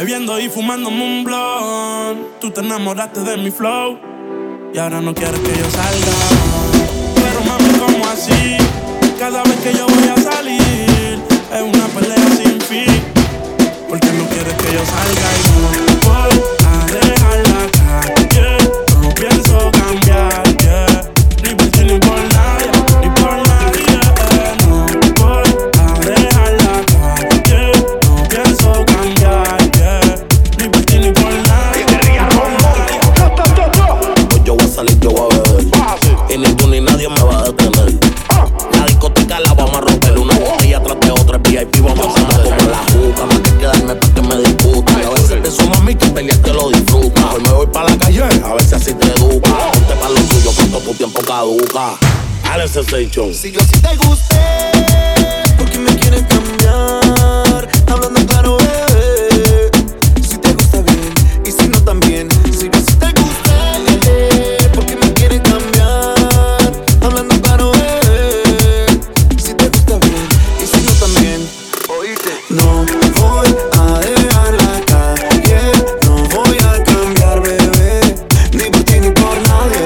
bebiendo y fumándome un blunt. Tú te enamoraste de mi flow y ahora no quieres que yo salga. Pero mami, ¿cómo así? Cada vez que yo voy a salir es una pelea sin fin, porque no quieres que yo salga y no voy a dejar la calle. No pienso cambiar, yeah. Ni por ti ni por nadie, ni por nadie. No voy a dejar la calle. No pienso cambiar, yeah. Ni por ti ni por nadie, ni por nadie. Pues yo voy a salir, yo voy a beber, y ni tú ni nadie me va a detener. La discoteca la vamos a romper, una botella tras de otra, VIP vamos a hacer como la juca. Más que quedarme pa' que me disputa. Y a veces pienso, mami, que pelear te lo disfruta. Hoy me voy pa' la calle, a ver si así te educa. Ponte pa' lo tuyo, cuando tu tiempo caduca. Alex Sensation. Si yo sí te gusté, ¿por qué me quieres cambiar? Hablando claro, bebé. Si te gusta bien, y si no también. Si yo sí te gusté, ¿por qué me quieres cambiar? Hablando claro, bebé. Si te gusta bien, y si no también. Oíste. No voy a dejar la calle, no voy a cambiar, bebé. Ni por ti ni por nadie.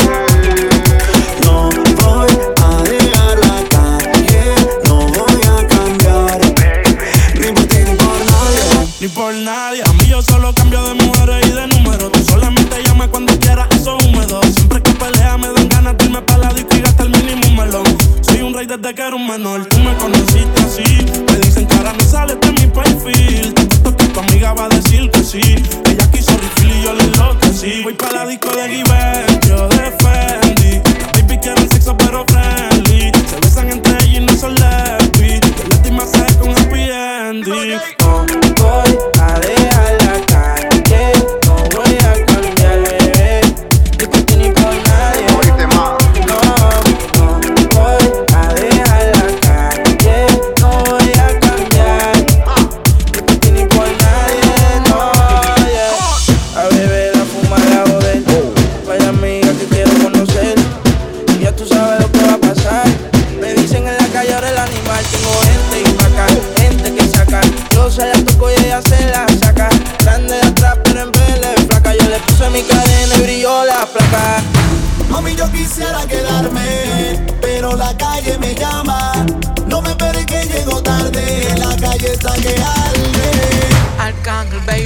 No voy a dejar la calle, no voy a cambiar, ni por ti ni por nadie. Ni por nadie. A mí yo solo cambio de mujeres y de número. Tú solamente llama cuando quieras, eso es húmedo. Siempre que pelea me dan ganas de irme pa' la disco y gastar el mínimo melón. Soy un rey desde que era un menor. Tú me conociste así. Me dicen que ahora no sales de mi perfil. Te apuesto que tu amiga va a decir que sí. Ella quiso refill y yo le enloquecí. Voy pa' la disco de Givenchy, yo de Fendi. Baby quieren sexo pero friendly. Se besan entre ellos y no son lesbi. Que le estoy masaje con happy ending. No voy a dejar la calle, no voy a cambiar, bebé. Ni por ti ni por nadie. No voy a dejar la calle, no voy a cambiar. Ni por ti ni por nadie, no, yeah. A beber, a fumar, a joder. Vaya amiga que quiero conocer. Y ya tú sabes lo que va a pasar. Me dicen en la calle ahora el animal. Tengo gente y vaca, gente que saca. Yo se la toco y ella se la saca. Grande de atrás pero en vele flaca. Yo le puse mi cadena y brilló la placa. Mami, yo quisiera quedarme, pero la calle me llama. No me esperes que llego tarde, la calle está que arde. Arcángel, baby.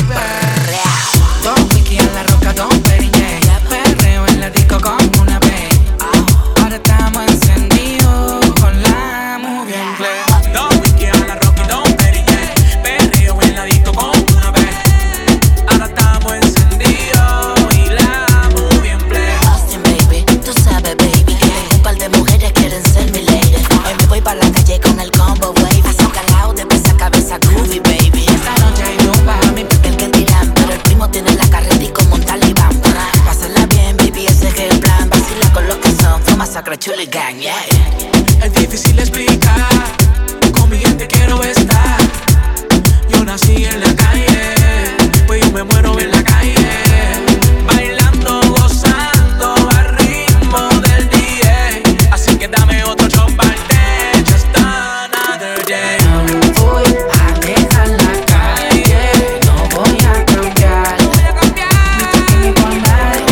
Don Wiki en la roca, Don Periñé. Perreo en la disco con una vez. Ahora estamos encendidos con la movie en play. Don Wiki en la roca y Don Periñé. Perreo en la disco con una vez. Ahora estamos encendidos y la movie en play. Austin, baby, tú sabes, baby, que tengo un par de mujeres quieren ser mi lady. Hoy me voy pa' la calle con el combo, baby. Calao de pieza a cabeza, groovy, baby. Esta noche hay rumba, mi papel que tiran, pero el primo tiene la carreta y como un talibán. Pásala bien, baby, ese es el plan. Vacila con los que son, fue masacre, chuli gang, yeah. Es difícil explicar, con mi gente quiero estar. Yo nací en la calle, pues yo me muero en la calle. Bailando, gozando al ritmo del DJ. Así que dame otro shot para el just another day. No voy a dejar la calle, no voy a cambiar. Ni por ti ni por nadie.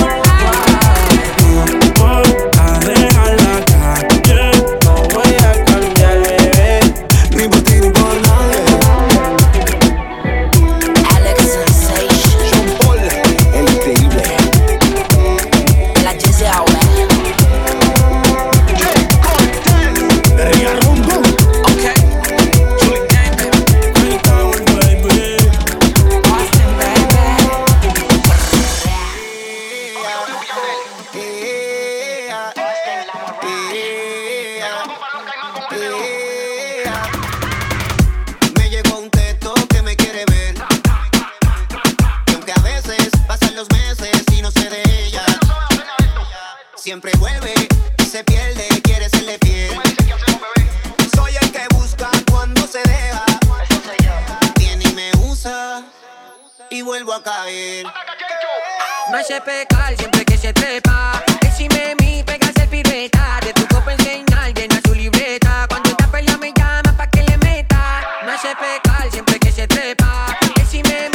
No voy a dejar la calle. No voy a cambiar, bebé. Ni por ti ni por nadie. Alex Sensation, Sean Paul, el increíble. la Jesse ahora. De Rigarrondo. Okay. Julie Gang, baby. Baby. Austin, baby. Me llegó un texto que me quiere ver. Y aunque a veces pasan los meses y no sé de ella, siempre vuelve y se pierde, quiere serle fiel. Soy el que busca cuando se deja. Viene y me usa y vuelvo a caer. No hace pecar siempre que se trepa. Encima de mí pega ser pirueta. De tu copa enseñar, llena su libreta. Cuando esta pelea me llama pa' que le meta. No hace pecar siempre que se trepa. Encima de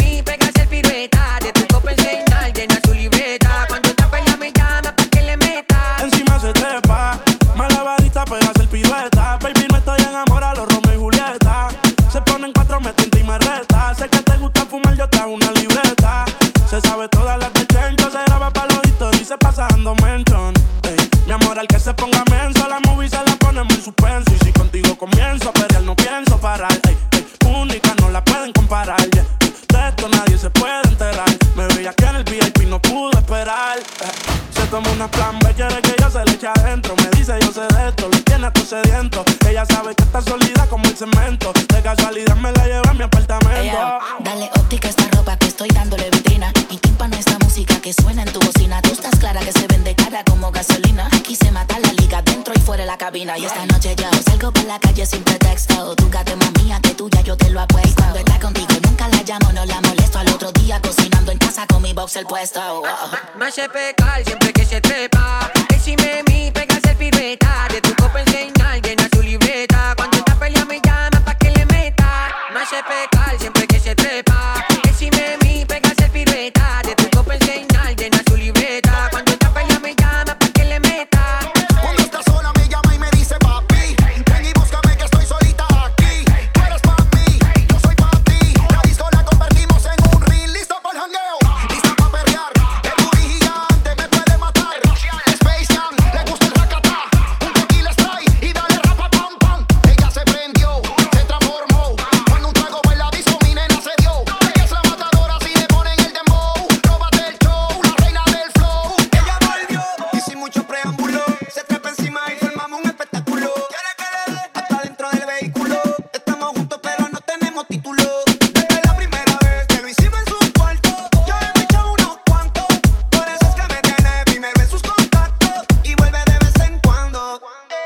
pirueta. Baby, no estoy enamorado, los Romeo y Julieta. Se ponen 4, me tinta y me reta. Sé que te gusta fumar, yo te hago una libreta. Se sabe todas las de Chencho, se graba pa' los historias y se pasa dando mention. Mi amor, al que se ponga menso, la movie se la ponemos en suspenso. Y si contigo comienzo a pelear, no pienso parar. Única, no la pueden comparar. Yeah. De esto nadie se puede enterar. Me veía que en el VIP no pude esperar. Se toma una plan B, quiere que yo se le eche adentro. Me dice yo sé de esto, lo tiene todo sediento. Ella sabe que está sólida como el cemento. De casualidad me la lleva a mi apartamento. Dale óptica a esta ropa que estoy dándole vitrina. Y tímpano esta música que suena en tu bocina. Tú estás clara que se vende cara como gasolina. Aquí se mata la liga dentro y fuera de la cabina. Y esta noche yo salgo por la calle sin pretexto. Tu gata es más mía que tuya, yo te lo apuesto. Cuando está contigo nunca la llamo, no la molesto. Al otro día cocinando en casa con mi boxer puesto. Me hace pecar siempre que se trepa. Decime mi, pegas el pirueta. De tu copa enseñar, llena su libreta. Cuando esta pelea me llama pa' que le meta. Me hace pecar siempre que se trepa. Decime mi, pegas el pirueta. De tu copa enseñar, llena su libreta. Cuando esta pelea me llama pa' que le meta. Cuando está sola me llama y me dice papi, ven y búscame que estoy solita aquí. Tú eres pa' mí, yo soy pa' ti. La disco la convertimos en un reel. Listo para el jangueo, lista pa' perrear. El booty gigante me puede matar. Space Jam, le gusta el racata. Un tequila spray y dale rapa pam pam. Ella se prendió, se transformó. Cuando un trago en la disco mi nena se dio. Ella es la matadora si le ponen el dembow. Róbate el show, la reina del flow. Ella volvió y sin mucho preámbulo se trepa encima y formamos un espectáculo. ¿Quiere que le dé? Hasta dentro del vehículo. Estamos juntos pero no tenemos título. Desde la primera vez que lo hicimos en su cuarto, yo he echado unos cuantos. Por eso es que me tiene y me ve sus contactos. Y vuelve de vez en cuando.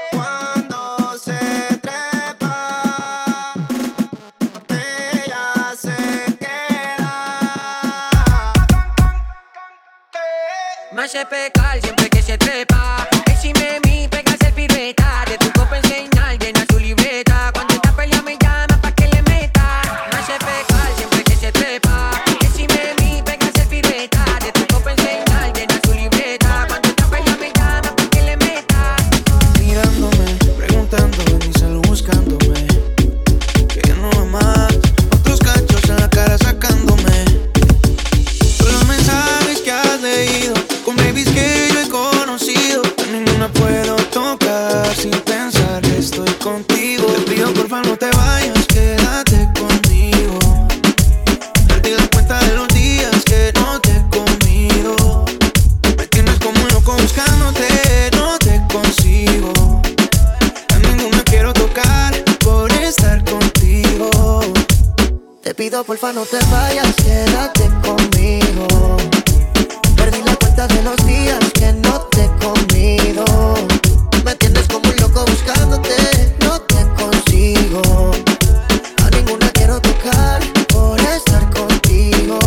Cuando se trepa, ella se queda. Me hace pecar siempre que se trepa. Decime mi, pegas el pirueta. De tu copa enseñar, llena su libreta. Cuando esta pelea me llama pa' que le meta. Me hace pecar siempre que se trepa. Decime mi, pegas el pirueta. De tu copa enseñar, llena su libreta. Cuando esta pelea me llama pa' que le meta. Mirándome, preguntándome, mi salud buscándome. Que no más, otros cachos en la cara sacándome. Todos los mensajes que has leído, con babies que yo he conocido, a ninguna puedo tocar sin pensar que estoy contigo. Te pido porfa no te vayas, quédate conmigo. Perdí la cuenta de los días que no te he comido. Me tienes como un loco buscándote, no te consigo. A ninguna quiero tocar por estar contigo. Te pido porfa no te vayas, quédate conmigo. Perdí la cuenta de los días que no te he comido. Me tienes como un loco buscándote, no te consigo. A ninguna quiero tocar por estar contigo.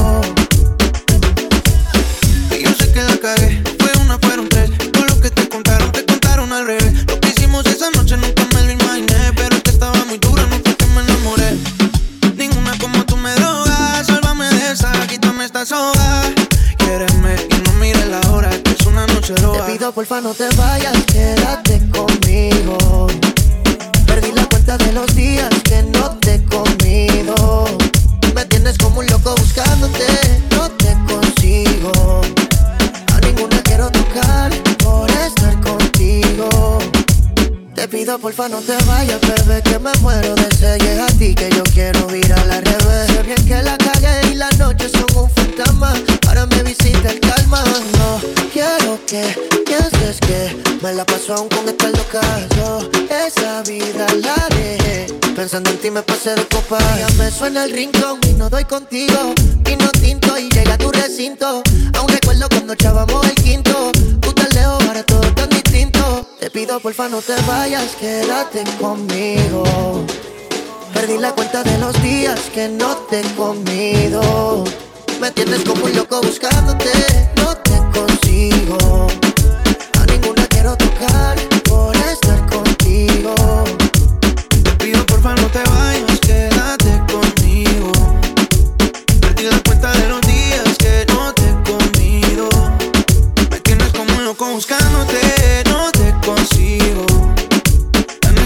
Y yo sé que la cagué, fue una, fueron tres. Todo lo que te contaron al revés. Lo que hicimos esa noche nunca me lo imaginé. Pero es que estaba muy dura, no fue que me enamoré. Ninguna como tú me drogas, sálvame de esa, quítame esta soga. Quiéreme y no mires la hora, que es una noche roja. Te pido porfa no te vayas, quédate conmigo. Perdí la cuenta de los días que no te he comido. Me tienes como un loco buscándote, no te consigo. A ninguna quiero tocar por estar contigo. Te pido porfa no te vayas, bebé, que me muero de sed. Y es a ti que yo quiero ir a la revés. Sé bien que la cagué y las noches son un fantasma. Ahora me visita el calma. No quiero que pienses que me la paso aún con estar loca. Yo esa vida la dejé, pensando en ti me pasé de copa. Ya me suena el rincón y no doy contigo. Vino tinto y llega a tu recinto. Aún recuerdo cuando echábamos el quinto. Tú tan lejos, ahora todo tan distinto. Te pido porfa no te vayas, quédate conmigo. Perdí la cuenta de los días que no te he comido. Me tienes como un loco buscándote, no te consigo. A ninguna quiero tocar por estar contigo. Te pido porfa no te vayas, quédate conmigo. Perdí la cuenta de los días que no te he comido. Me tienes como un loco buscándote, no te consigo. A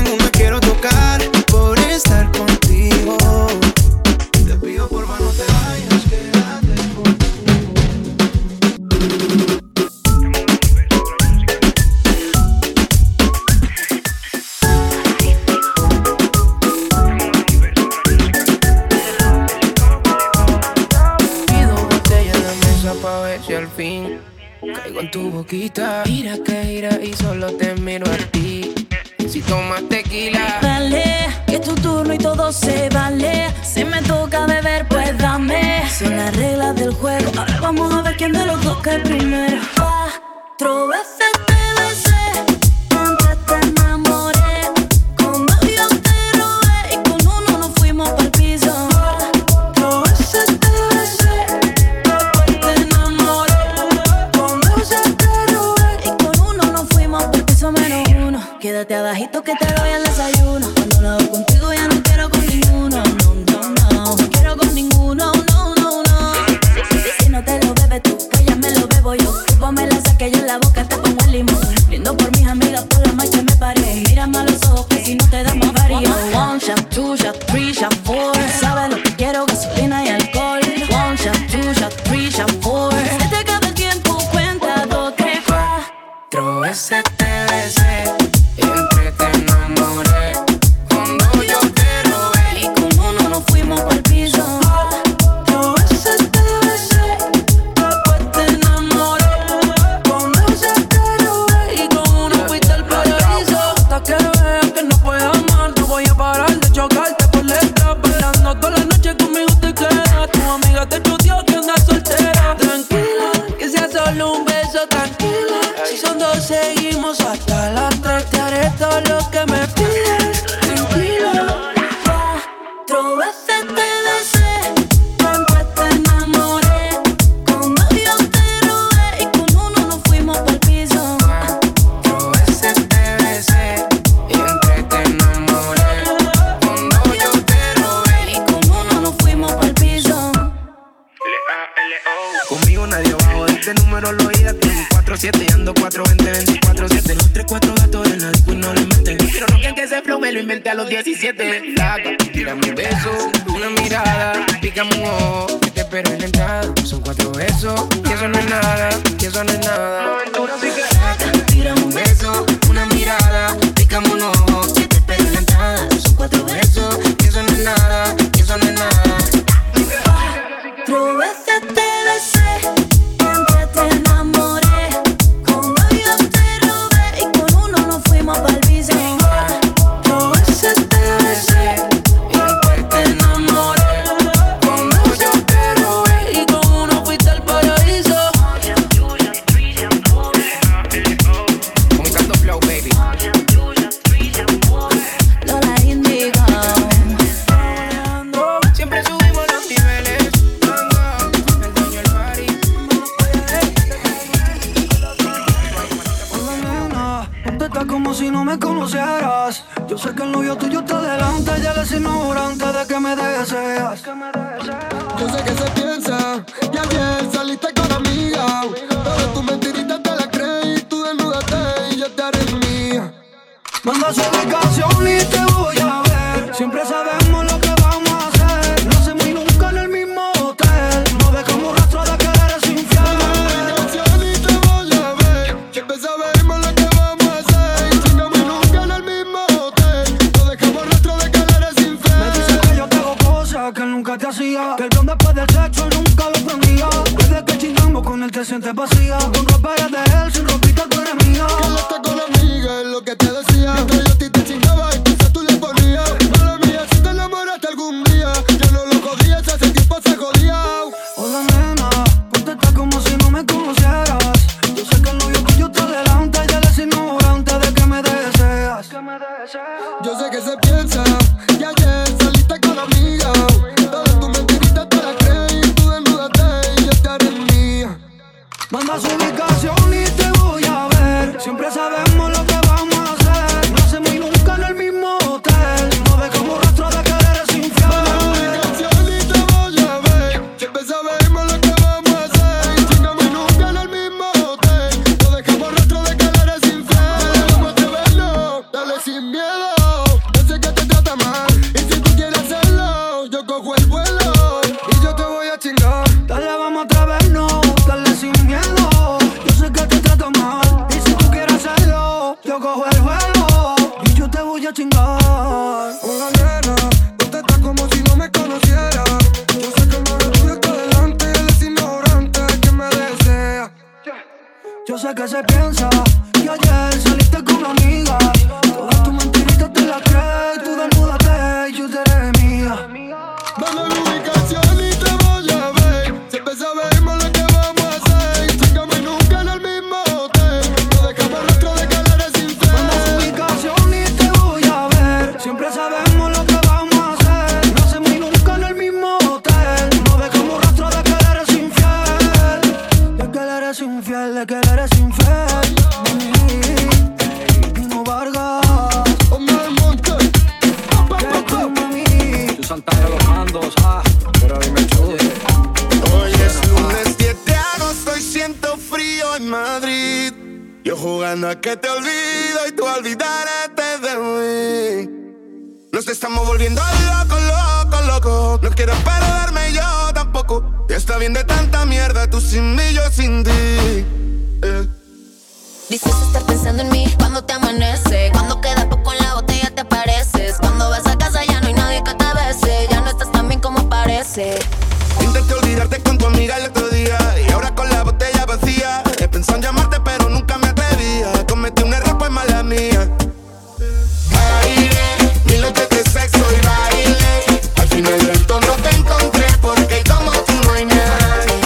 fuego en tu boquita. Gira que gira y solo te miro a ti. Si tomas tequila, dale, que es tu turno y todo se vale. Si me toca beber, pues dame. Son las reglas del juego. Ahora vamos a ver quién de los dos cae primero. 4 veces te besé, antes te enamoré. Con 2 yo te robé y con 1 nos fuimos pa'l piso. 4 veces te besé, después te enamoré. Con 2 ya te robé y con 1 nos fuimos pa'l piso menos 1. Quédate abajito que te doy el desayuno. Cuando lo hago contigo ya no quiero con ninguno. No quiero con ninguno, no. Si no te lo bebes tú, pues ya me lo bebo yo. Tú me la saque yo en la boca, te pongo el limón. Brindo por mis amigas, por la marcha me paré. Mírame a los ojos que si no te damos varío. 1 shot, 2 shot, 3 shot, 4. Sabes lo que quiero, gasolina y alcohol. 1 shot, 2 shot, 3 shot, 4. Se te acaba el tiempo, cuenta 2, 3, 4 veces te besé, entre te enamoré. Con 2 yo te robé y con 1 nos fuimos pa'l piso. 4 veces te besé, después te enamoré. Con 2 ya te robé y con 1 fuiste al paraíso. Hasta que veas que no puedo amar, no voy a parar de chocarte por detrás. Bailando toda la noche conmigo te quedas. Tu amiga te chuteó que andas soltera. Tranquila, que sea solo un beso, tranquila. Si son 2 seguimos hasta las 3. Te haré todo lo que me pides, tranquila. 4 veces te besé, después te enamoré. Con 2 yo te robé y con 1 nos fuimos pa'l piso. 4 veces te besé y entre te enamoré. Con 2 yo te robé y con 1 nos fuimos pa'l piso. Conmigo nadie abajo de este número lo oía. 4-7 y ando 4-20-24-7. Los 3-4 gatos en la disco y no lo inventen. Pero no quieren que ese flow me lo inventé a los 17. Flaca, tírame un beso, una mirada, pícame un ojo, que te espero en la entrada. Son 4 besos, que eso no es nada, que eso no es nada. Flaca, tírame un beso, una mirada, pícame un ojo, que te espero en la entrada. Son 4 besos, que eso no es nada, que eso no es nada. 4 veces te besé, antes te enamoré. Con 2 yo te robé y con 1 nos fuimos pa'l piso. 4 veces te besé y después te enamoré. Con 2 yo te robé y con 1 fuiste al paraíso. Comunicando flow, baby. Lola Indigo. Siempre subimos los niveles. El dueño del party. Hola nena, ponte está como si no me conocieras. Yo sé que el novio tuyo está delante, ya eres ignorante de que me deseas. Yo sé que se piensa, y ayer saliste con amiga. Todas tus mentiritas te las creí, tú desnúdate y yo te haré mía. Manda su ubicación y te voy a ver. Siempre sabemos lo que vamos a hacer. No hacemos y nunca en el mismo hotel. No dejamos rastro de que eres infiel. Y te voy a ver. Siempre sabemos lo que vamos a hacer. Chingamos y nunca en el mismo hotel. No dejamos rastro de que eres infiel. Me dice que yo te hago cosas que él nunca te hacía. Que el don después del sexo él nunca lo prendía. Desde que chingamos con él te sientes vacía. Con ropa eres de él, sin ropita tú eres mía. Que él está con la amiga, es lo que te decía. Mientras yo a ti te chingaba y quizás tú le ponías. Mala mía, si te enamoraste algún día. Yo no lo jodía, hace tiempo se jodía. Hola nena, contesta como si no me conocieras. Yo sé que el novio tuyo está delante, ya eres ignorante de que me deseas. Yo sé que se piensa, y ayer saliste con la amiga. Todas tus mentiritas te las creí, tú desnúdate y yo te haré mía. Manda su ubicación y te voy a ver. Siempre sabemos lo que vamos a hacer. No hacemos y nunca en el mismo hotel. No dejamos rastro de que eres infiel. Y te voy a ver. Siempre sabemos lo que vamos a hacer. Chingamos y nunca en el mismo hotel. No dejamos rastro de que eres infiel. Vamos a atreverlo, dale sin miedo. Yo sé que te trata mal, y si tú quieres hacerlo, yo cojo el vuelo y yo te voy a chingar. Dale, vamos a atrevernos, dale sin miedo. Yo sé que te trato mal, y si tú quieres hacerlo, yo cojo el vuelo y yo te voy a chingar. Hola nena, contesta como si no me conociera. Yo sé que el novio tuyo está delante, él es ignorante que me desea. Yo que se piensa que ayer saliste con una amiga. Todas tus mentiritas te las crees. Tú desnúdate y yo te haré mía. Dame mi ubicación y te voy a ver. Siempre sabemos lo que vamos a hacer. Sácame nunca en el mismo hotel. No dejamos rastro de que eres infiel. Dame mi ubicación y te voy a ver. Siempre sabemos lo que vamos a hacer. No hacemos nunca en el mismo hotel. No dejamos rastro de que eres infiel. De que eres infiel, de que eres infiel. Nino Vargas. Omar Monte. Santa de los mandos, pero dime chulo. Hoy es lunes 10 de agosto y siento frío en Madrid. Yo jugando a que te olvido y tú a olvidarte de mí. Nos estamos volviendo locos, locos, locos. No quiero perderme yo tampoco. Ya está bien de tanta mierda, tú sin mí, yo sin ti. Dices estar pensando en mí cuando te amanece. Cuando queda poco en la botella te apareces. Cuando vas a casa ya no hay nadie que te bese. Ya no estás tan bien como parece. Intenté olvidarte con tu amiga el otro día y ahora con la botella vacía. He pensado en llamarte pero nunca me atrevía. Cometí un error, pues mala mía. Bailé, 1000 noches de sexo y bailé. Al final del no te encontré porque como tú no hay nadie.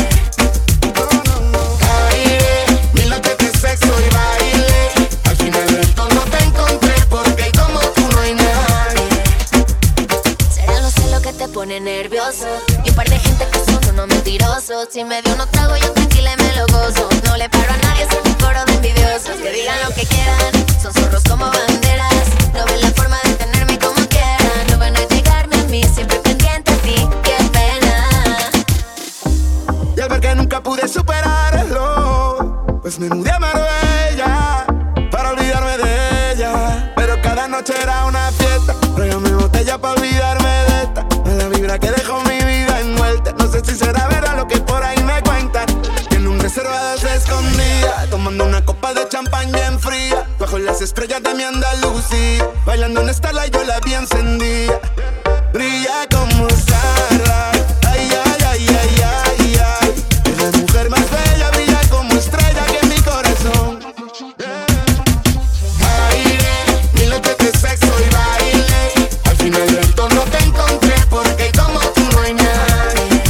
Bailé, 1000 noches de sexo y bailé. Al final del no te encontré porque como tú no hay nadie. Será los celos que te pone nervioso. Y un par de gente que son unos mentirosos. Si me dio unos tragos yo tranquila y me lo gozo. No le paro a nadie, soy un coro de envidiosos. Que digan lo que quieran, son zorros como banderas. No ven la forma de tenerme como quieran. No van a llegarme a mí, siempre pendiente a ti. Qué pena. Y al ver que nunca pude superarlo, pues me mudé a Marbella para olvidarme de ella. Pero cada noche era una fiesta. Tráigame botella para olvidarme de esta. La vibra que dejó mi vida envuelta. No sé si será verdad lo que por ahí me cuentan. Que en un reservado se escondía, tomando una copa de champán bien fría, bajo las estrellas de mi Andalucía. Bailando en Starlight yo la vi encendida. Brilla como Starlight. Ay, ay, ay, ay, ay, ay. Es la mujer más bella, brilla como estrella que en mi corazón. Bailé, 1000 noches de sexo y bailé. Al final del no te encontré porque como tú no hay nadie.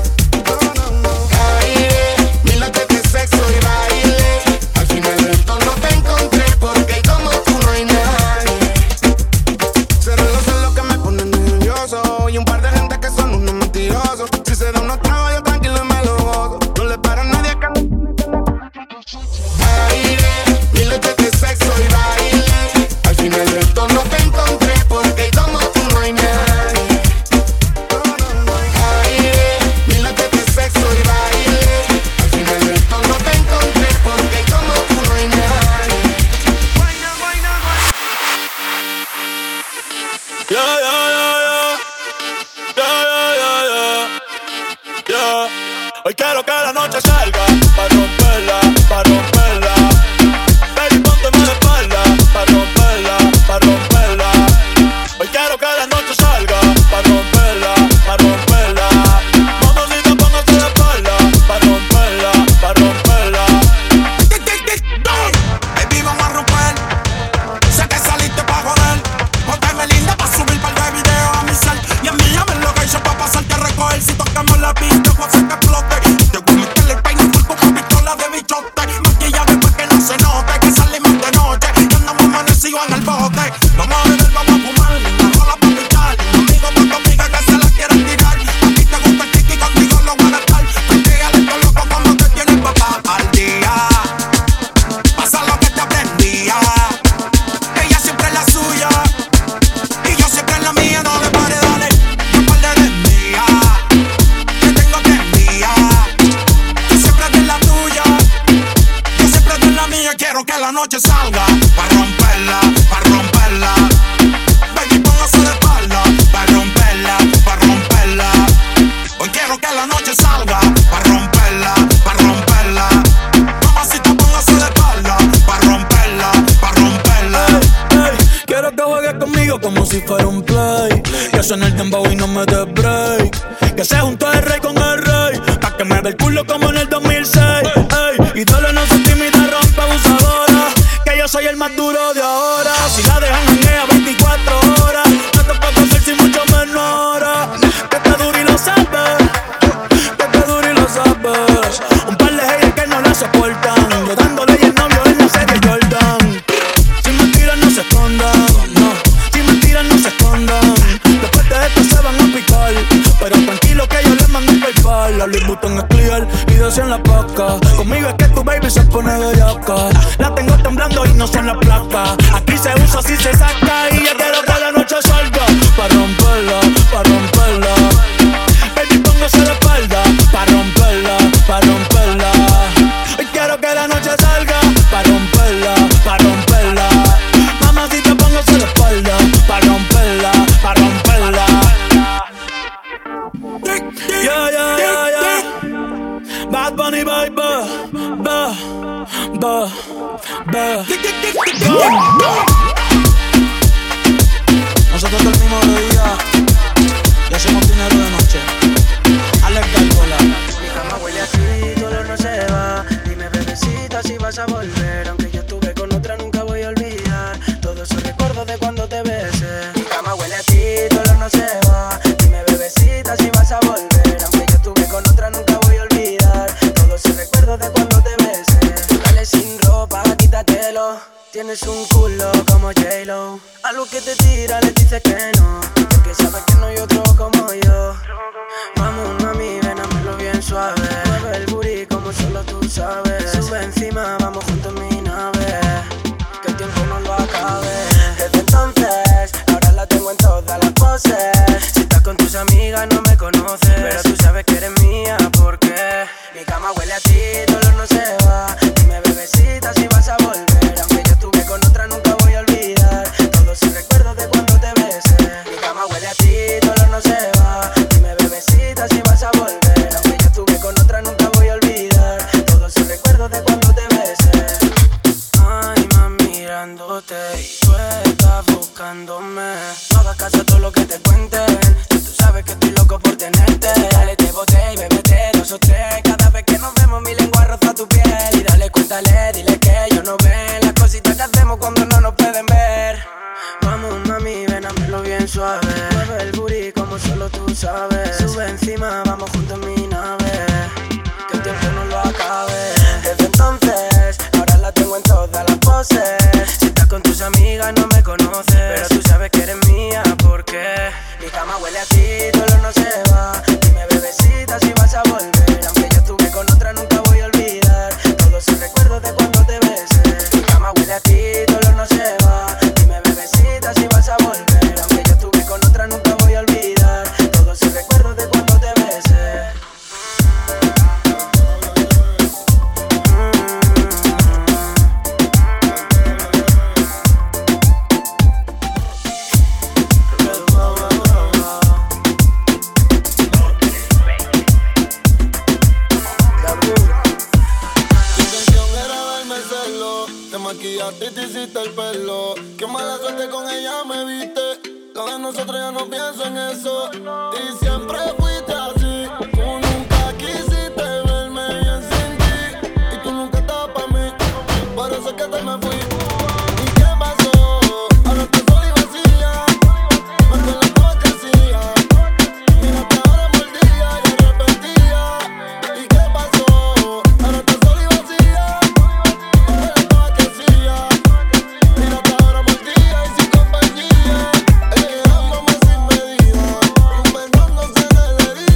Bailé, 1000 noches de sexo y bailé. Al final del no te encontré porque como tú no hay nadie. Serán los celos que me ponen nervioso y un par de gente que son unos mentirosos. Si se da unos tragos yo tranquilo y me lo gozo. No le paro a nadie que bailé, 1000 noches de sexo y bailé. Al final del no te encontré porque como tú no hay nadie. Bailé, 1000 noches de sexo y bailé. Al final del no te encontré porque como tú no hay nadie. Yeah, yeah, yeah, yeah. Yeah, yeah, yeah, yeah. Yeah. Hoy quiero que la noche salga pa' romperla, pa' romperla. Baby, ponte de espalda pa' romperla, pa' romperla. Hoy quiero que la noche salga pa' romperla, pa' romperla. Mamacita, póngase de espalda pa' romperla, pa' romperla. Baby, vamos a romper. Sé que saliste pa' joder. Pónteme linda pa' subir par de videos a mi cel. Y envíame el location pa' pasarte a recoger. Si tocamos la pista, voy a hacer que explote. Te voy a meterle el peine full con una pistola de bichote. Maquilla después que no se note que salimos de noche y andamos amanecidos en el bote. Vamos a beber, vamos a fumar. Una rola pa' pichar. Amigo pa' tu amiga que se la quieren tirar. A ti te gusta el kiki, contigo lo voy a estar. Pégale esto loco como te tienes papá al día. Pasa lo que te aprendía. Ella siempre es la suya y yo siempre es la mía. No le pare, dale, no pare de mía. Te tengo que enviar. Tú siempre eres la tuya, yo siempre eres la mía. Quiero que la noche salga pa' romperla, pa' romperla. Baby, póngase de espalda pa' romperla, pa' romperla. Hoy quiero que la noche salga pa' romperla, pa' romperla. Mamacita, póngase de espalda pa' romperla, pa' romperla. Ey, quiero que juegues conmigo como si fuera un play. Que suene el dembow y no me des break. Que se juntó el rey con el rey, pa' que me dé el culo como en el 2006. Ey, y dale, no se tímida, rompe yo soy el más duro de ahora. Si la dejan janguea 24 horas, no te puedo hacer sin mucho menos ahora. Que está duro y lo sabes, que está duro y lo sabes. Un par de haters que no la soportan, yo dándole y el novio en la serie Jordan. Si mentiras no se escondan, no, si mentiras no se escondan. Después de esto se van a picar, pero tranquilo que yo les mando el PayPal. La Louis Vuitton es clear y dos en la paca. Conmigo es que tu baby se pone bellaca. La tengo temblando y no son las placas. Aquí se usa, así se saca. Y ya quiero que la noche salga pa' romperla, pa' romperla. Baby, póngase de espalda pa' romperla, pa' romperla. Hoy quiero que la noche salga pa' romperla, pa' romperla. Mamacita, póngase de espalda pa' romperla, pa' romperla. Yeah, yeah, yeah, yeah. Bad Bunny, baby, nosotros dormimos de día y hacemos dinero de noche. Alex Gargola. Mi cama huele a ti, tu olor no se va. Dime, bebecita, si vas a volver. Aunque yo estuve con otra, nunca voy a olvidar todos esos recuerdos de cuando te besé. Mi cama huele a ti, tu olor no se va. Dime, bebecita, si vas a volver. Aunque yo estuve con otra, nunca voy a olvidar todos esos recuerdos de cuando te besé. Dale sin ropa, quítatelo. Tienes un culo como J-Lo. A lo que te tira le dices que no, porque sabes que no hay otro como yo. Vamos, mami, ven a verlo bien suave. Mueve el booty como solo tú sabes. Sube encima, vamos juntos en mi nave. Que el tiempo no lo acabe. Desde entonces, ahora la tengo en todas las poses. Si estás con tus amigas no me conoces, pero tú sabes que eres mía porque mi cama huele a ti, tu olor no se va. Dime, bebecita, si vas a volver. Aunque yo estuve con otra, nunca voy a olvidar todos esos recuerdos de cuando te besé. Mi cama huele a ti, tu olor no se va. Dime, bebecita, si vas a volver. Aunque yo estuve con otra, nunca voy a olvidar todos esos recuerdos de cuando te besé. Ay, mami, mirándote y tú estás buscándome. No hagas caso a todo lo que te cuenten. Tú sabes que estoy loco por tenerte. Dale, te boté y bébete 2 o 3. Cada vez que nos vemos mi lengua roza tu piel. Y dale, cuéntale, dile que ellos no ven las cositas que hacemos cuando no nos pueden ver. Vamos, mami, ven a verlo bien suave. Mueve el booty como solo tú sabes. Sube encima, vamos juntos en mi nave. Que el tiempo no lo acabe. Desde entonces, ahora la tengo en todas las poses. Si estás con tus amigas no me conoces, pero tú sabes que eres mía porque mi cama huele a ti, tu olor no se va. Dime, bebecita, si vas a volver. Aunque yo estuve con otra, nunca voy a olvidar todos esos recuerdos de cuando te besé. Mi cama huele a ti, tu olor no se va. Dime, bebecita, si vas a volver. Aunque yo estuve con otra, nunca voy a olvidar todos esos recuerdos de cuando te besé. Maquillaste y te hiciste el pelo. Qué mala suerte con ella me viste. Lo de nosotros ya no pienso en eso. Y siempre fuiste así. Tú nunca quisiste verme bien sin ti. Y tú nunca estabas pa' mí. Por eso es que te me fui. ¿Y qué pasó? Ahora estás sola y vacía. Me acuerdo todo que hacía. Mírate ahora mordida y arrepentida. ¿Y qué pasó? Ahora estás sola y vacía. Mírate ahora mordida y sin compañía. Amo más sin medida, inventándose de la herida.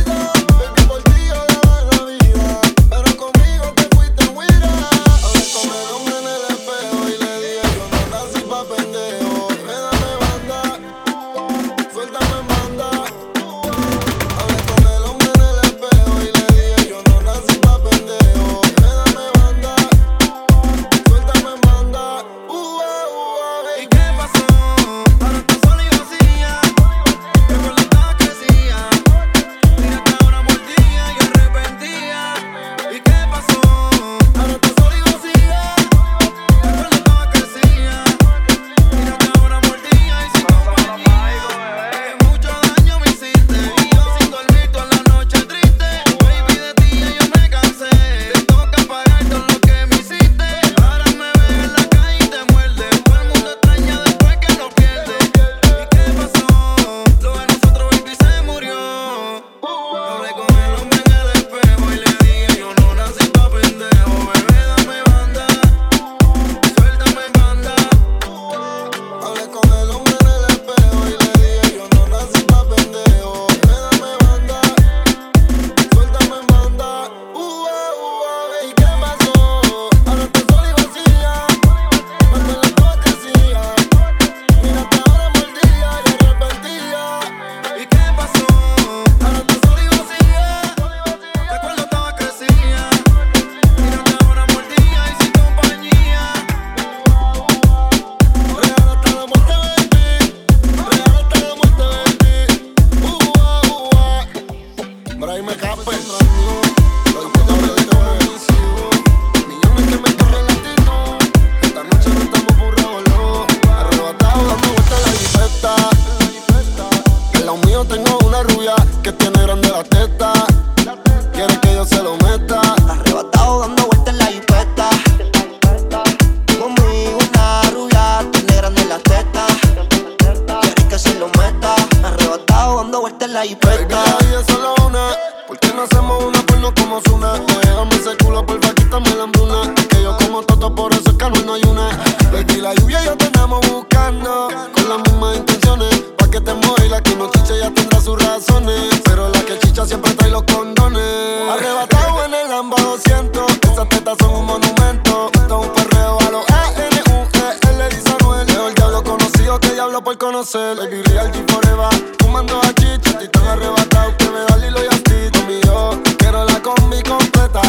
razones, pero la que chicha siempre trae los condones. Arrebatado en el Lamba 200, esas tetas son un monumento. Esto es un perreo a los A-N-U-E-L, dice Anuel. Leo el diablo conocido que diablo por conocer. Baby real G forever, fumando a chicha. Estoy tan arrebatado que me da Lilo y Astito. Mío, quiero la combi completa.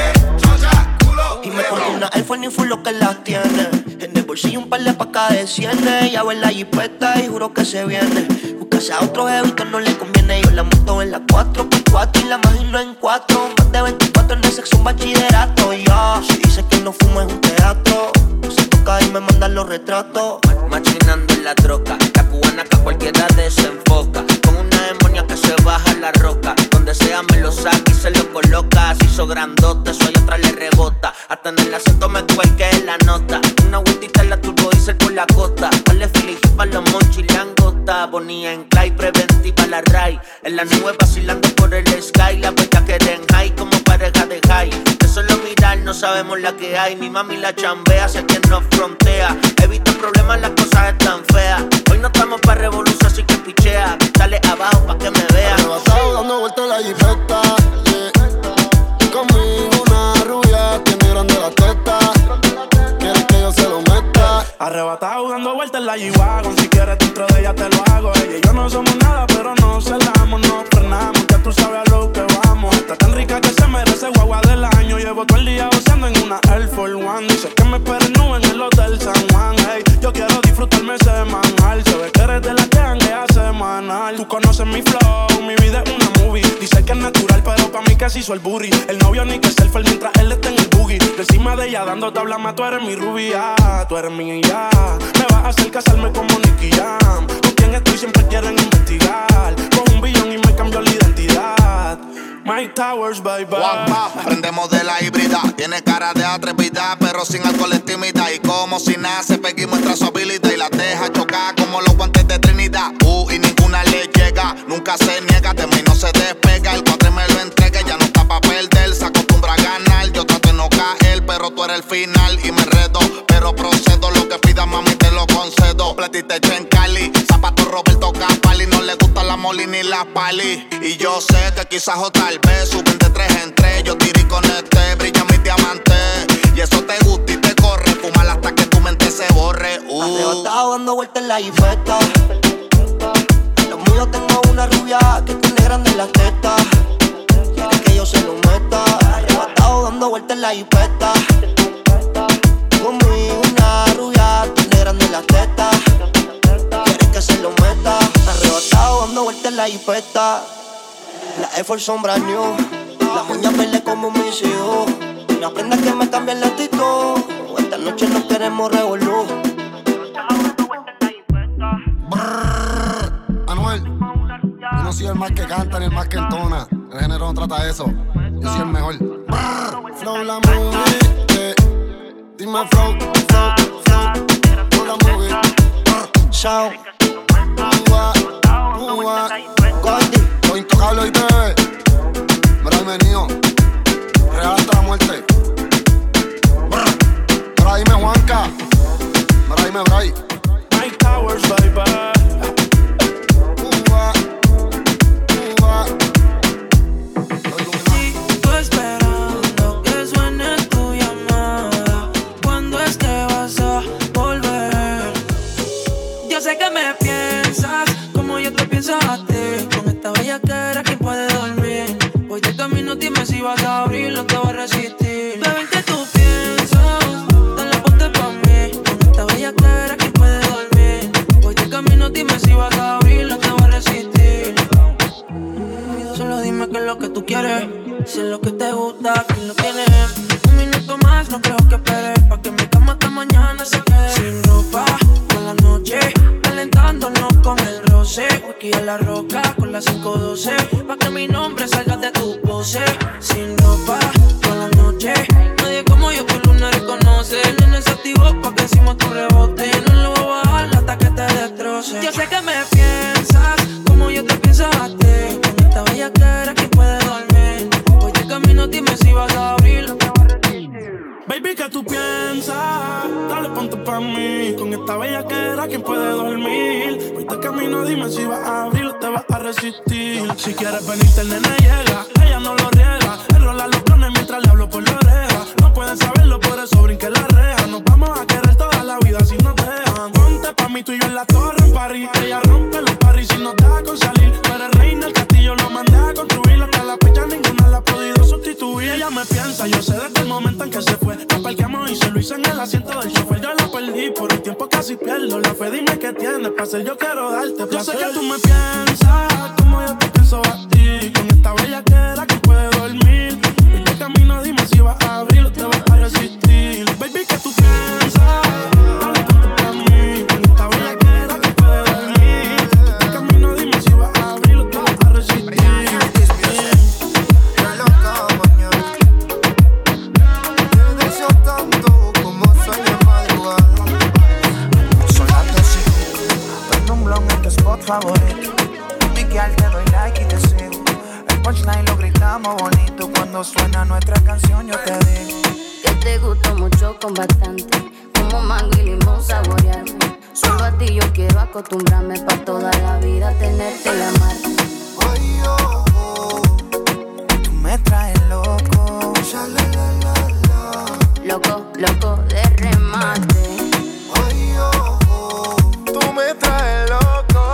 Y me pongo una Air Force ni full lo que las tiene. En el bolsillo un par de pacas de cienes. Ya ver la jipeta y juro que se viene. Buscarse a otro jevito no le conviene. Yo la monto en la 4x4 y la imagino en 4. Más de 24 en el sexo, un bachillerato. Ya, si dice que no fumo es un teatro. Se toca y me mandan los retratos. Machinando en la troca, la cubana que a cualquiera desenfoca. Con una demonia que se baja la roca. Donde sea me lo saca y se lo coloca. Se hizo grandote, eso y otra le rebota. Hasta en el acento me cuelque la nota. Una vueltita en la turbo diesel por la costa. Vale Philly pa' los monchis langota. Bonía en clay, preventiva la ray. En la nube vacilando por el sky. La bella que den high como pareja de high. De solo mirar no sabemos la que hay. Mi mami la chambea, sé quien nos frontea. Evita problemas, las cosas están feas. Hoy no estamos pa' revolución, así que pichea. Dale abajo pa' que me vea. Arrebatado dando vueltas en la jipeta, yeah. Conmigo una rubia tiene grande la teta. Quiere que yo se lo meta. Arrebatado dando vueltas en la G-Wagon. Si quieres dentro de ella te lo hago. Ella y yo no somos nada, pero nos celamos, nos frenamos. Ya tú sabes a lo que vamos. Está tan rica que se merece guagua del año. Llevo todo el día goceando en una Air Force One. Dice que me esperen nube en el Hotel San Juan. Hey, yo quiero disfrutarme semanal. Se ve que eres de la que janguea semanal. Tú conoces mi flow, mi vida es una movie. Dice que es natural, pero pa' mí que se hizo el booty. El novio ni que selfie mientras él está en el boogie. De encima de ella dando tabla más, tú eres mi rubia. Tú eres mi ya. Me vas a hacer casarme como Nicky Jam. Con quien estoy siempre quieren investigar. Con 1 billón y me cambió la identidad. Mike Towers, bye bye. Guapa, aprendemos de la híbrida. Tiene cara de atrevida, pero sin alcohol es tímida. Y como si nada se pega y muestra su habilidad. Y la deja chocar como los guantes de Trinidad. Y ninguna le llega, nunca se niega. De mí no se despega, el cuatre me lo entrega. Ya no está pa' perder, se acostumbra a ganar. Yo trato de no caer, pero tú eres el final. Y me enredo, pero procedo. Lo que pidas, mami, te lo concedo. Platita hecha en Cali, zapato Roberto Campali. No le gusta la Molly ni la Pali. Y yo sé que quizás otra vez suben de 3 en 3. Yo tiré con este, brilla mi diamante. Y eso te gusta y te corre. Fumar hasta que tu mente se borre. Arrebatado dando vueltas en la jipeta. Lo mío tengo una rubia que tiene grande las tetas. Quiere que yo se lo meta. Arrebatado dando vueltas en la jipeta. Conmigo una rubia tiene grande las tetas. Quiere que se lo meta. Arrebatado dando vueltas en la jipeta. La Air Force son brand new. Las uñas verdes como mis hijos. Una prenda que me cambia el actitud. Esta noche no queremos revolú. Anuel, yo no soy el más que canta ni el más que entona. El género no trata de eso. Yo soy el mejor. Flow la movie, yeah. Dime flow, flow, flow. Flow la movie. Sound. Goldie. Lo intocable hoy te ve. Mira el meneo. Real hasta la muerte. Mira dime Juanca. Mira dime Bray. Mike Towers, bye bye. Sigo esperando que suene tu llamada. ¿Cuándo es que vas a volver? Yo sé que me piensas como yo te pienso a ti. Con esta bellaquera, ¿quién puede dormir? Voy de camino, dime si vas a abrir, no te voy a resistir. Bebé, ¿qué tú piensas? Dale, ponte pa' mí. Con esta bellaquera, ¿quién puede dormir? Voy de camino, dime si vas a abrir, no te voy a resistir. Solo dime qué es lo que tú quieres. Si es lo que te gusta, ¿quién lo tiene? 1 minuto más, no creo que esperes. Pa' que mi cama hasta mañana se quede. Sin ropa, por la noche, calentándonos con el roce. Aquí en la roca, con la 512. Pa' que mi nombre salga de tu pose. Sin ropa, por la noche, nadie como yo tu luna reconoce. Nene se activó pa' que encima tu rebote. No lo voy a bajar hasta que te destroce. Yo sé que me piensas como yo te pienso a ti. Con esta bellaquera, ¿quién puede dormir? Voy de camino, dime si vas a abrir. Baby, ¿qué tú piensas? Dale, ponte pa' mí. Con esta bellaquera, ¿quién puede dormir? Voy de camino, dime si vas a abrir. Te vas a resistir. Si quieres venirte el nene llega, ella no lo riega. Enrola los planes mientras le hablo por la oreja. No pueden saberlo, por eso brinque la reja. Nos vamos a querer toda la vida si nos dejan. Ponte pa' mí, tú y yo en la torre en París. Ella rompe los parries si nos da con salir. Tú eres reina, el castillo lo mandé a construir. Hasta la fecha ninguna la ha podido sustituir. Ella me piensa, yo sé desde el momento en que se fue. La parqueamos y se lo hice en el asiento del chofer. Yo la perdí, por el tiempo casi pierdo la fe. Dime qué tienes pa' hacer, yo quiero darte placer. Yo sé que tú me piensas como yo te pienso a ti. Con esta bellaquera que puede dormir. Y de camino dime si vas a abrir o te vas a resistir. Baby, ¿qué tú piensas? Dale tanto pa' mí. Con esta bellaquera que puede dormir. Y de camino dime si vas a abrir o te vas a resistir. Favorito, Miguel, te doy like y te sigo. El punchline lo gritamos bonito. Cuando suena nuestra canción yo te digo que te gusto mucho con bastante, como mango y limón saborearme. Solo a ti yo quiero acostumbrarme pa' toda la vida tenerte y amarte. Ay, oh, oh, tú me traes loco. Loco, loco de remate. Ay, oh, oh, tú me traes loco.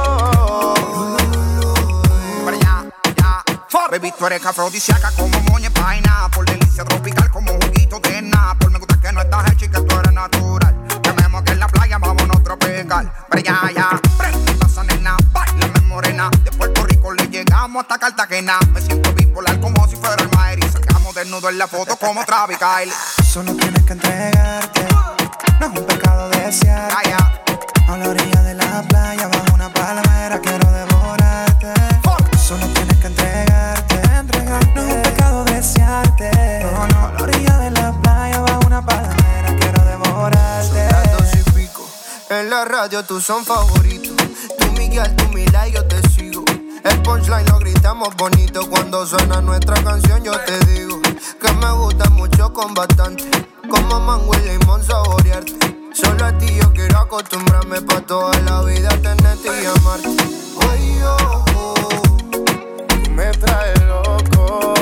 Baby, tú eres afrodisíaca como moña y paina. Por delicia tropical como juguito de Napol. Me gusta que no estás hecha y que tú eres natural. Llamemos que en la playa vámonos tropical. Pero ya, prende esa nena, bailame morena. De Puerto Rico le llegamos hasta Cartagena. Me siento bipolar como si fuera el Maeri. Salgamos desnudos en la foto como Travis Kyle. Solo tienes que entregarte. No es un pecado desear. A la orilla de la playa, bajo una palmera, quiero devorarte. Solo tienes que entregarte. No es un pecado desearte. No, a la orilla de la playa, bajo una palmera, quiero devorarte. Son las 2 y pico. En la radio tú son favoritos. Tú Miguel, tú Mila y yo te sigo. El punchline lo gritamos bonito. Cuando suena nuestra canción yo te digo que me gusta mucho con bastante, como mango y limón saborearte. Solo a ti yo quiero acostumbrarme pa' toda la vida tenerte y amarte. Ay, oh, oh, tú me traes loco.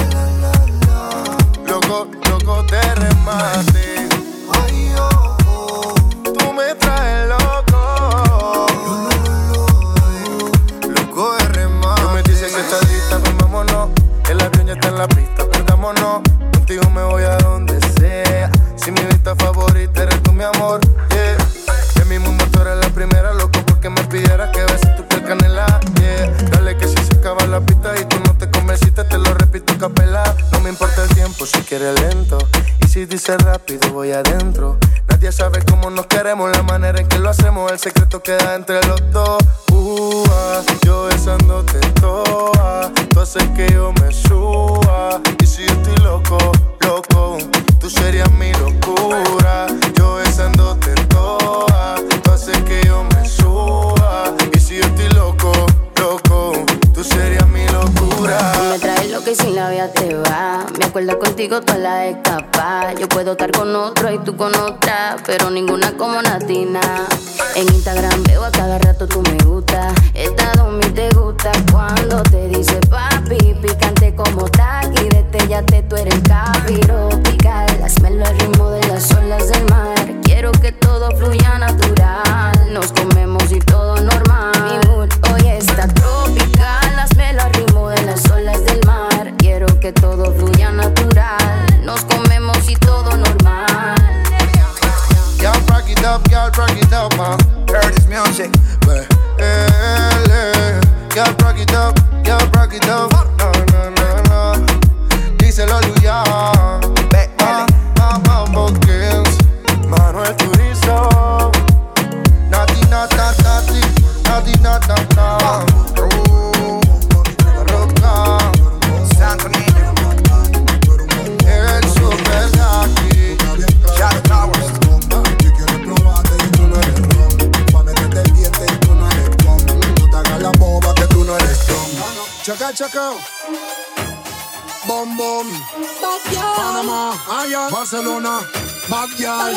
Loco, loco de remate. Ay, oh, oh, tú me traes loco. Loco de remate. Tú me dices que estás lista, pues vámonos. El avión ya está en la pista, perdámonos. Contigo me voy a donde sea. Si mi vista favorita eres tú, mi amor, yeah. En mi mundo tú eres la primera, loco, porque me pidieras que beses tu piel canela, yeah. Dale que si se acaba la pista y tú no te convenciste, te lo repito a capela. No me importa el tiempo si quieres lento. Y si dices rápido, voy adentro. Nadie sabe cómo nos queremos, la manera en que lo hacemos. El secreto queda entre los dos. Yo besándote toda. Tú haces que yo me suba. Y si yo estoy loco, loco, tú serías mi locura. Yo besándote toda. Tú haces que yo me suba. Y si yo estoy loco, loco, tú serías mi locura. Tú me traes lo que sin la vida te va. Me acuerdo contigo toda la escapa. Yo puedo estar con otro y tú con otra, pero ninguna como Natina. En Instagram veo a cada rato tu me gusta. Esta domi te gusta cuando te dice papi. Picante como taqui, destellate, tú eres capi tropical. Hazme el ritmo de las olas del mar. Quiero que todo fluya natural. Nos comemos y todo normal. Mi mood hoy está tropical. Hazme el ritmo de las olas del mar. Quiero que todo fluya natural. Nos comemos y todo normal. Y'all rock it up, man. Heard this music. Y'all rock it up. No, no, no, no. Díselo, Luya. Mambo Kings. Manuel Turizo. Nati, nati, nati. Nati, nati, nati. Roca. Santo Niño. El super aquí. Shadow Towers. Chaca, bom bom, Panamá, Barcelona, Backyard.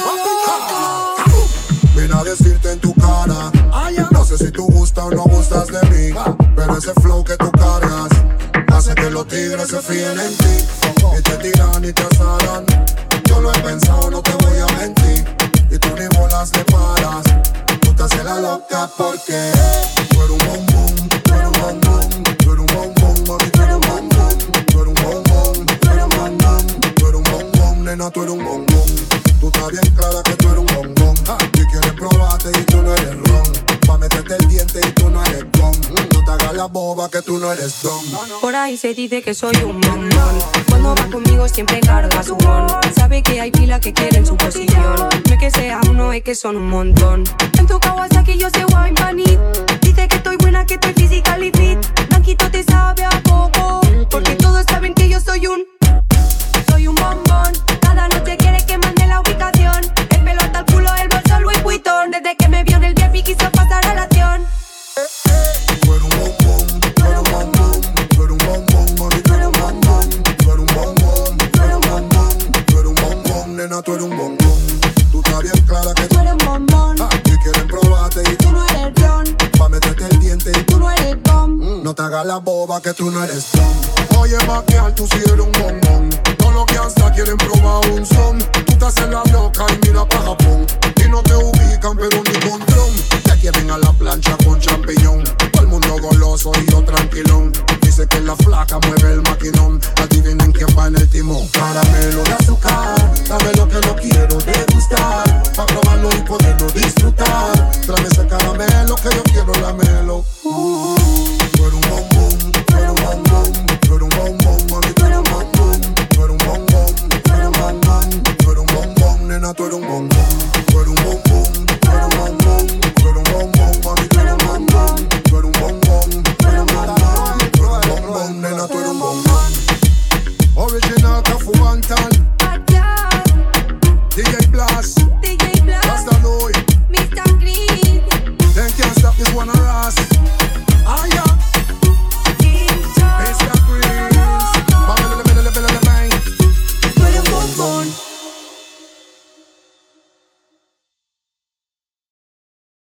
Ven a decirte en tu cara, no sé si tú gustas o no gustas de mí, pero Pero ese flow que tú cargas hace que los tigres se fíen en ti y te tiran y te asaran. Yo lo he pensado, no te voy a mentir, y tú ni bolas le paras. Tú te haces la loca porque tú eres un bombón, tú eres un bombón, tú eres un bombón, mami, tú eres un bombón, tú eres un bombón, tú eres un bombón, tú eres un bombón, nena, tú eres un bombón. Tú estás bien clara que tú eres un bombón, y quieres probarte y tú no eres ron, pa' meterte el diente y tú no eres gom. No te hagas la boba que tú no eres don. Por ahí se dice que soy un bombón, cuando va conmigo siempre carga su bon. Sabe que hay pila que quieren su posición, no es que sea uno, es que son un montón. En tu Kawasaki yo sé wine panit, dice que estoy buena, que estoy physically fit. Blanquito te sabe a poco, porque todos saben que yo soy un bombón. Cada noche quiere que mande la ubicación, el pelo hasta el culo, el bolso Louis Vuitton. Desde que me vio en el VIP quiso pasar a la acción. Tú eres un bombón, tú eres un bombón, tú eres un bombón, mami, tú eres un bombón, tú eres un bombón, tú eres un bombón, tú eres un bombón, nena, tú eres un bombón. Tú estás bien clara que tú eres un bombón, y quieren probarte y tú no eres don, pa' meterte el diente y tú no eres don. No te hagas la boba que tú no eres don. Oye, maquial, tú sí eres un bombón. Todos los que hasta quieren probar un son. Tú te haces la loca y mira pa' Japón, y no te ubican pero ni con dron. Te quieren a la plancha con champiñón,